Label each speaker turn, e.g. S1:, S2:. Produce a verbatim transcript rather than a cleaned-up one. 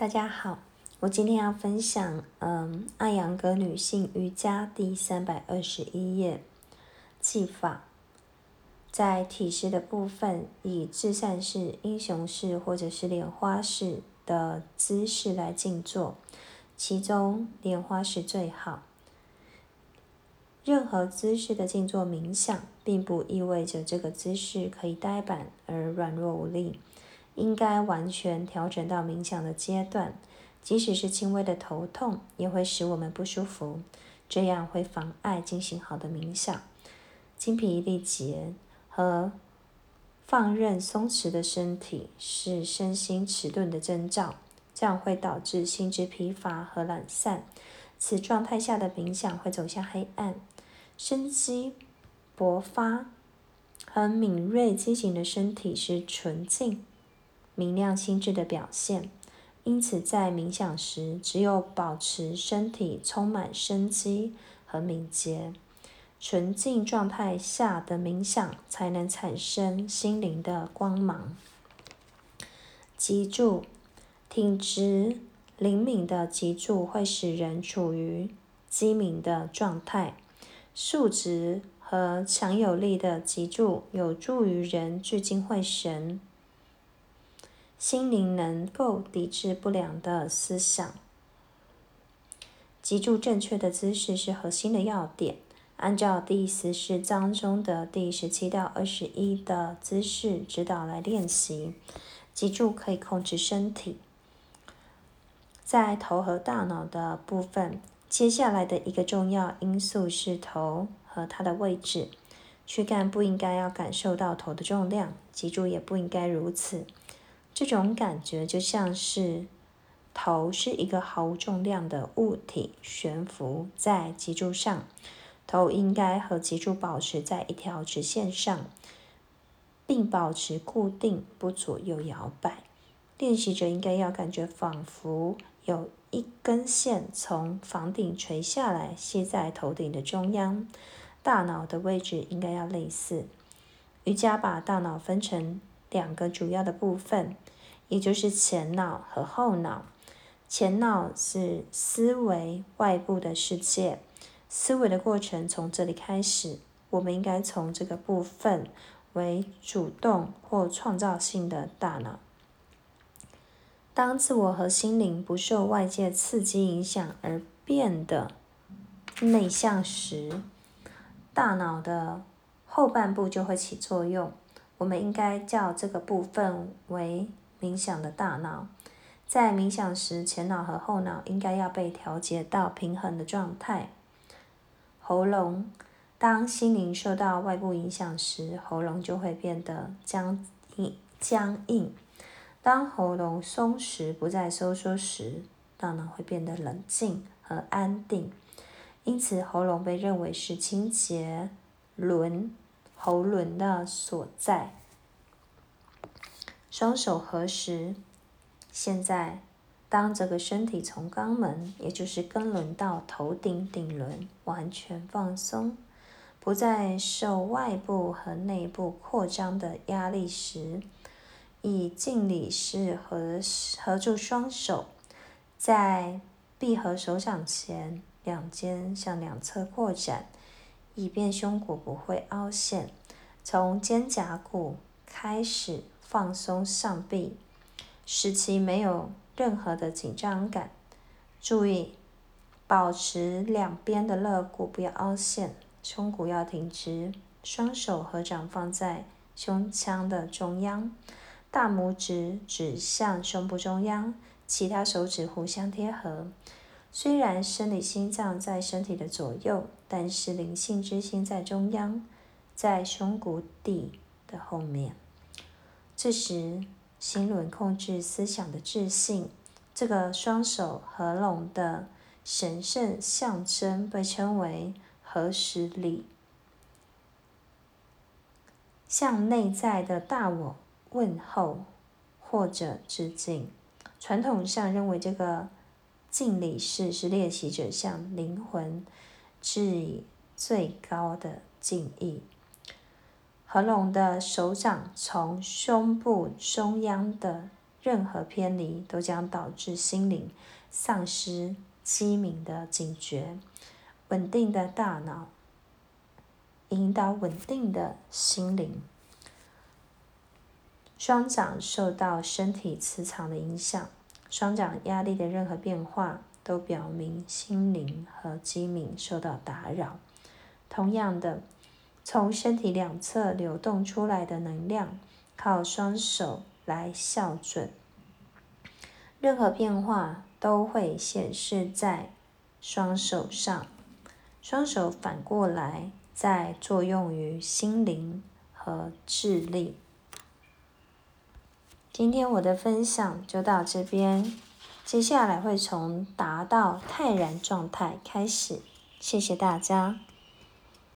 S1: 大家好，我今天要分享嗯艾扬格女性瑜伽第三百二十一页技法。在体式的部分，以至善式、英雄式或者是莲花式的姿势来静坐，其中莲花式最好。任何姿势的静坐冥想，并不意味着这个姿势可以呆板而软弱无力，应该完全调整到冥想的阶段。即使是轻微的头痛，也会使我们不舒服，这样会妨碍进行好的冥想。精疲力竭和放任松弛的身体是身心迟钝的征兆，这样会导致心智疲乏和懒散。此状态下的冥想会走向黑暗。生机勃发和敏锐机警的身体是纯净、明亮心智的表现。因此，在冥想时，只有保持身体充满生机和敏捷，纯净状态下的冥想才能产生心灵的光芒。脊柱挺直、灵敏的脊柱会使人处于机敏的状态。竖直和强有力的脊柱有助于人聚精会神，心灵能够抵制不良的思想。脊柱正确的姿势是核心的要点。按照第十四章中的第十七到二十一的姿势指导来练习，脊柱可以控制身体。在头和大脑的部分，接下来的一个重要因素是头和它的位置。躯干不应该要感受到头的重量，脊柱也不应该如此。这种感觉就像是头是一个毫无重量的物体悬浮在脊柱上，头应该和脊柱保持在一条直线上，并保持固定，不左右摇摆。练习者应该要感觉仿佛有一根线从房顶垂下来，系在头顶的中央。大脑的位置应该要类似。瑜伽把大脑分成两个主要的部分，也就是前脑和后脑。前脑是思维外部的世界，思维的过程从这里开始。我们应该从这个部分为主动或创造性的大脑。当自我和心灵不受外界刺激影响而变得内向时，大脑的后半部就会起作用。我们应该叫这个部分为冥想的大脑。在冥想时，前脑和后脑应该要被调节到平衡的状态。喉咙，当心灵受到外部影响时，喉咙就会变得僵硬。僵硬当喉咙松弛不再收缩时，大脑会变得冷静和安定。因此，喉咙被认为是清洁轮喉轮的所在。双手合十。现在，当这个身体从肛门，也就是根轮到头顶顶轮完全放松，不再受外部和内部扩张的压力时，以敬礼式合合住双手，在闭合手掌前，两肩向两侧扩展，以便胸骨不会凹陷。从肩胛骨开始放松上臂，使其没有任何的紧张感。注意，保持两边的肋骨不要凹陷，胸骨要挺直，双手合掌放在胸腔的中央。大拇指指向胸部中央，其他手指互相贴合。虽然生理心脏在身体的左右，但是灵性之心在中央，在胸骨底的后面。这时，心轮控制思想的智性，这个双手合拢的神圣象征被称为合十礼，向内在的大我问候或者致敬。传统上认为这个敬礼式是练习者向灵魂致以最高的敬意。合拢的手掌从胸部中央的任何偏离都将导致心灵丧失机敏的警觉。稳定的大脑引导稳定的心灵。双掌受到身体磁场的影响，双掌压力的任何变化都表明心灵和机敏受到打扰。同样的，从身体两侧流动出来的能量，靠双手来校准，任何变化都会显示在双手上，双手反过来再作用于心灵和智力。今天我的分享就到这边，接下来会从达到泰然状态开始，谢谢大家。